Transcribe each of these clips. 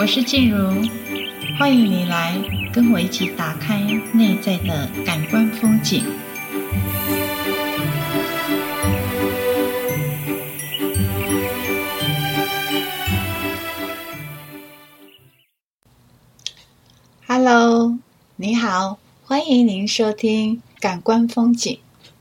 我是静茹，欢迎你来跟我一起打开内在的感官风景。Hello， 你好，欢迎您收听感官风景。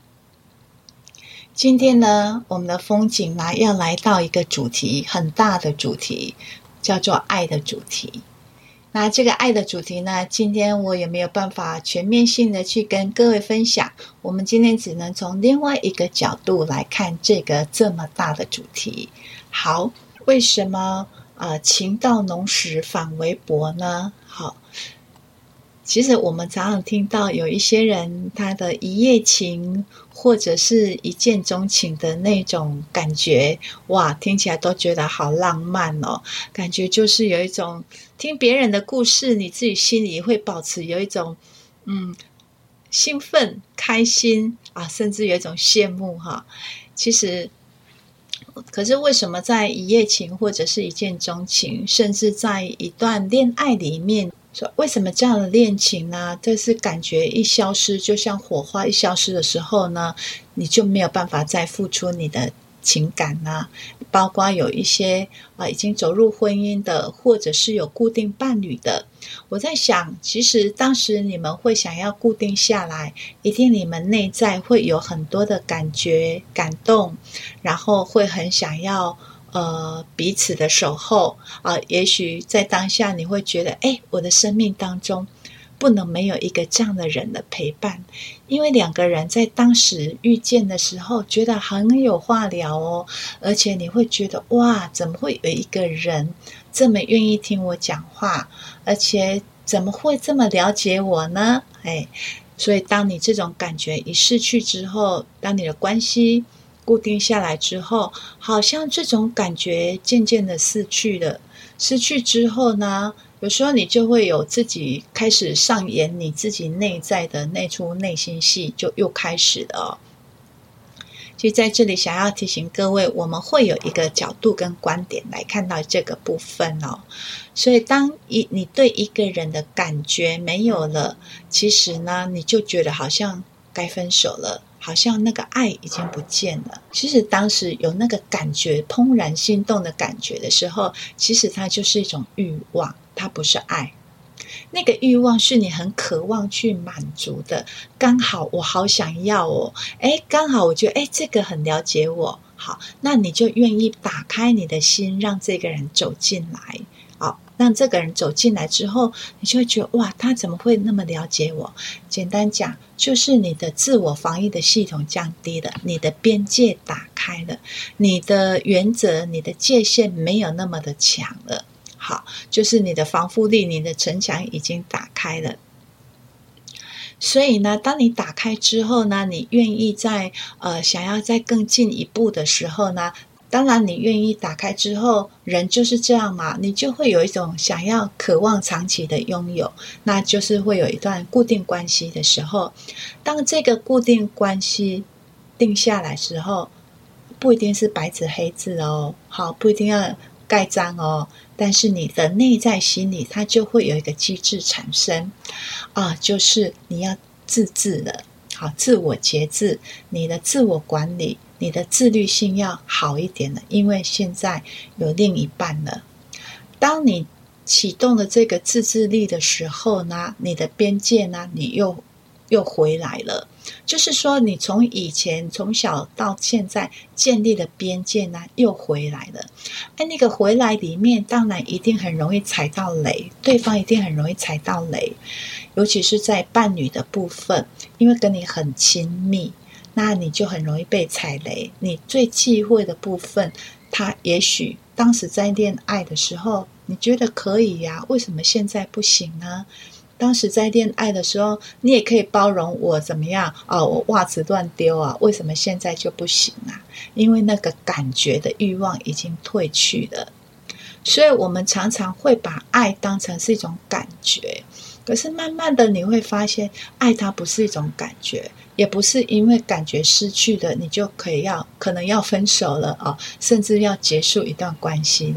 今天呢，我们的风景要来到一个主题，很大的主题，叫做爱的主题。那这个爱的主题呢，今天我也没有办法全面性的去跟各位分享，我们今天只能从另外一个角度来看这么大的主题。好，为什么情到浓时反为薄呢？好，其实我们常常听到有一些人他的一夜情或者是一见钟情的那种感觉，哇，听起来都觉得好浪漫哦，感觉就是有一种听别人的故事，你自己心里会保持有一种兴奋开心啊，甚至有一种羡慕哈。其实可是为什么在一夜情或者是一见钟情，甚至在一段恋爱里面，为什么这样的恋情呢？这是感觉一消失，就像火花一消失的时候呢，你就没有办法再付出你的情感啊，包括有一些已经走入婚姻的，或者是有固定伴侣的。我在想，其实当时你们会想要固定下来，一定你们内在会有很多的感觉感动，然后会很想要彼此的守候也许在当下你会觉得我的生命当中不能没有一个这样的人的陪伴，因为两个人在当时遇见的时候觉得很有话聊哦，而且你会觉得哇，怎么会有一个人这么愿意听我讲话，而且怎么会这么了解我呢？所以当你这种感觉一逝去之后，当你的关系固定下来之后，好像这种感觉渐渐的逝去了。失去之后呢，有时候你就会有自己开始上演你自己内在的那出内心戏，就又开始了哦。其实在这里想要提醒各位，我们会有一个角度跟观点来看到这个部分哦。所以当你对一个人的感觉没有了，其实呢，你就觉得好像该分手了，好像那个爱已经不见了。其实当时有那个感觉怦然心动的感觉的时候，其实它就是一种欲望，它不是爱。那个欲望是你很渴望去满足的，刚好我好想要哦，刚好我觉得这个很了解我，好，那你就愿意打开你的心，让这个人走进来。好，让这个人走进来之后，你就会觉得哇，他怎么会那么了解我？简单讲，就是你的自我防御的系统降低了，你的边界打开了，你的原则、你的界限没有那么的强了。好，就是你的防护力，你的城墙已经打开了。所以呢，当你打开之后呢，你愿意想要再更进一步的时候呢，当然你愿意打开之后，人就是这样嘛，你就会有一种想要渴望长期的拥有，那就是会有一段固定关系的时候，当这个固定关系定下来之后，不一定是白纸黑字哦，好，不一定要盖章哦，但是你的内在心里它就会有一个机制产生就是你要自制了，好，自我节制，你的自我管理，你的自律性要好一点了，因为现在有另一半了。当你启动了这个自制力的时候呢，你的边界呢，你又回来了。就是说你从以前从小到现在建立的边界呢又回来了。那个回来里面当然一定很容易踩到雷，对方一定很容易踩到雷，尤其是在伴侣的部分，因为跟你很亲密，那你就很容易被踩雷。你最忌讳的部分，他也许当时在恋爱的时候你觉得可以呀，为什么现在不行呢？当时在恋爱的时候你也可以包容我怎么样我袜子乱丢啊，为什么现在就不行啊？因为那个感觉的欲望已经褪去了。所以我们常常会把爱当成是一种感觉，可是慢慢的你会发现爱它不是一种感觉，也不是因为感觉失去了你就可能要分手了甚至要结束一段关系的。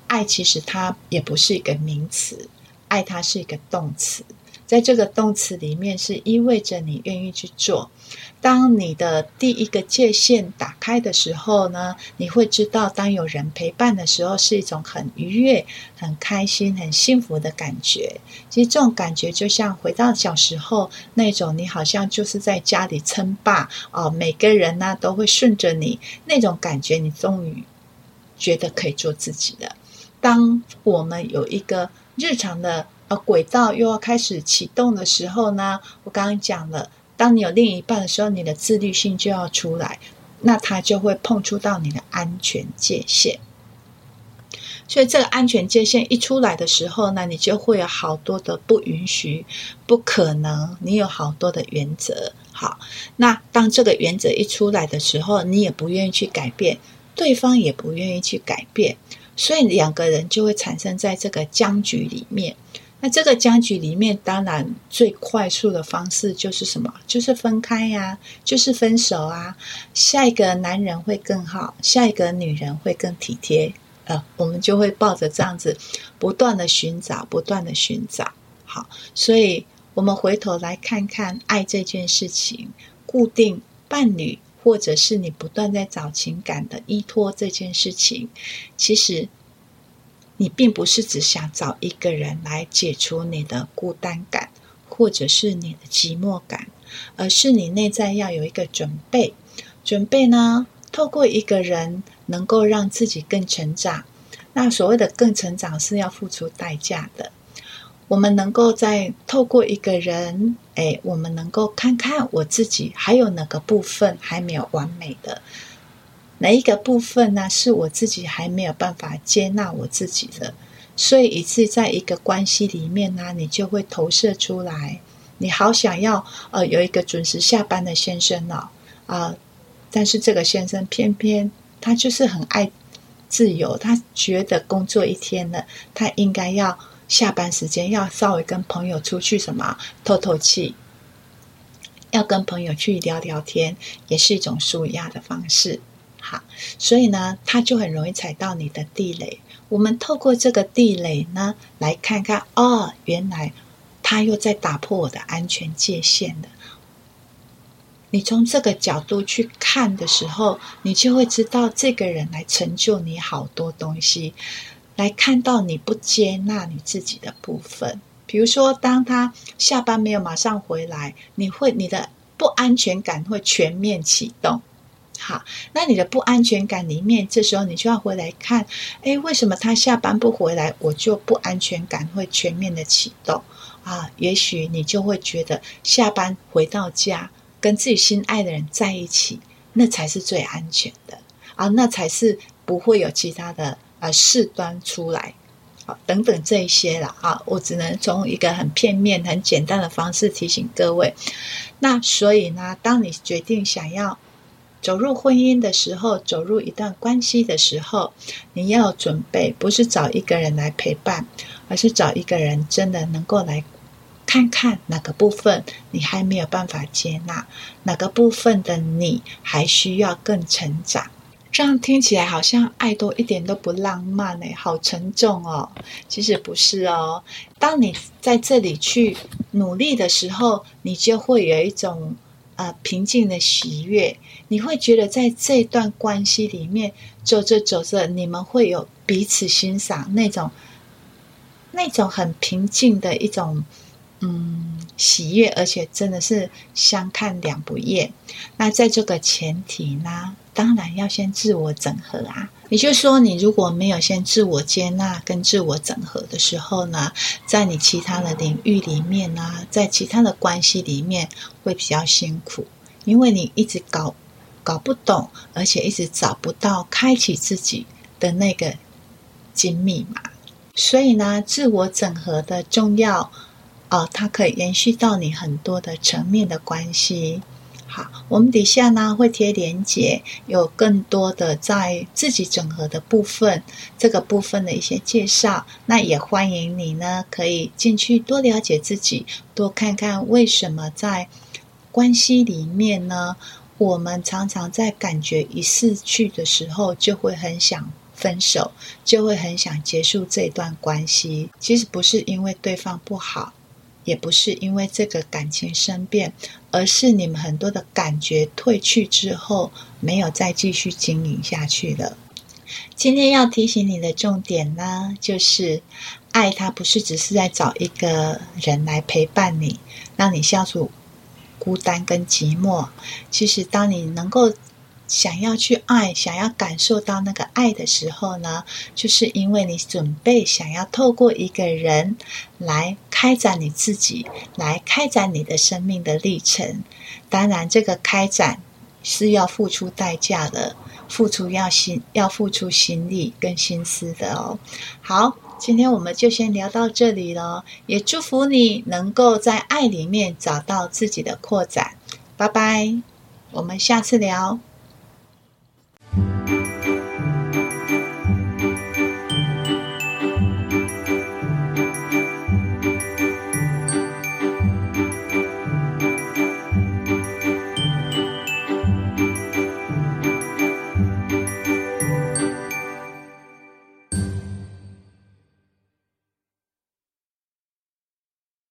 爱其实它也不是一个名词，爱它是一个动词，在这个动词里面是意味着你愿意去做。当你的第一个界限打开的时候呢，你会知道当有人陪伴的时候是一种很愉悦、很开心、很幸福的感觉。其实这种感觉就像回到小时候那种你好像就是在家里称霸每个人呢都会顺着你那种感觉，你终于觉得可以做自己了。当我们有一个日常的轨道又要开始启动的时候呢，我刚刚讲了，当你有另一半的时候，你的自律性就要出来，那它就会碰触到你的安全界限。所以这个安全界限一出来的时候呢，你就会有好多的不允许、不可能，你有好多的原则。好，那当这个原则一出来的时候，你也不愿意去改变，对方也不愿意去改变，所以两个人就会产生在这个僵局里面。那这个僵局里面，当然最快速的方式就是什么？就是分开呀，就是分手啊。下一个男人会更好，下一个女人会更体贴，我们就会抱着这样子不断的寻找，不断的寻找。好，所以我们回头来看看爱这件事情，固定伴侣，或者是你不断在找情感的依托这件事情，其实你并不是只想找一个人来解除你的孤单感，或者是你的寂寞感，而是你内在要有一个准备。准备呢，透过一个人能够让自己更成长。那所谓的更成长是要付出代价的。我们能够再透过一个人，我们能够看看我自己还有哪个部分还没有完美的，哪一个部分呢是我自己还没有办法接纳我自己的，所以以致在一个关系里面呢，你就会投射出来，你好想要有一个准时下班的先生但是这个先生偏偏他就是很爱自由，他觉得工作一天了，他应该要下班时间要稍微跟朋友出去透透气，要跟朋友去聊聊天，也是一种抒压的方式。好，所以呢，他就很容易踩到你的地雷。我们透过这个地雷呢，来看看原来他又在打破我的安全界限了。你从这个角度去看的时候，你就会知道这个人来成就你好多东西，来看到你不接纳你自己的部分。比如说当他下班没有马上回来，你的不安全感会全面启动。好，那你的不安全感里面，这时候你就要回来看，为什么他下班不回来，我就不安全感会全面的启动也许你就会觉得下班回到家跟自己心爱的人在一起，那才是最安全的那才是不会有其他的事端出来等等这一些啦我只能从一个很片面很简单的方式提醒各位。那所以呢，当你决定想要走入婚姻的时候，走入一段关系的时候，你要准备不是找一个人来陪伴，而是找一个人真的能够来看看哪个部分你还没有办法接纳，哪个部分的你还需要更成长。这样听起来好像爱都一点都不浪漫好沉重其实不是当你在这里去努力的时候，你就会有一种平静的喜悦，你会觉得在这段关系里面走着走着，你们会有彼此欣赏那种很平静的一种喜悦，而且真的是相看两不厌。那在这个前提呢，当然要先自我整合也就是说，你如果没有先自我接纳跟自我整合的时候呢，在你其他的领域里面在其他的关系里面会比较辛苦，因为你一直搞不懂，而且一直找不到开启自己的那个金密码。所以呢，自我整合的重要它可以延续到你很多的层面的关系。好，我们底下呢会贴连结，有更多的在自己整合的部分，这个部分的一些介绍。那也欢迎你呢可以进去多了解自己，多看看为什么在关系里面呢，我们常常在感觉一逝去的时候就会很想分手，就会很想结束这段关系。其实不是因为对方不好，也不是因为这个感情生变，而是你们很多的感觉褪去之后，没有再继续经营下去了。今天要提醒你的重点呢，就是爱它不是只是在找一个人来陪伴你，让你消除孤单跟寂寞。其实当你能够想要去爱，想要感受到那个爱的时候呢，就是因为你准备想要透过一个人来开展你自己，来开展你的生命的历程。当然这个开展是要付出代价的，要付出心力跟心思的哦。好，今天我们就先聊到这里了，也祝福你能够在爱里面找到自己的扩展。拜拜，我们下次聊。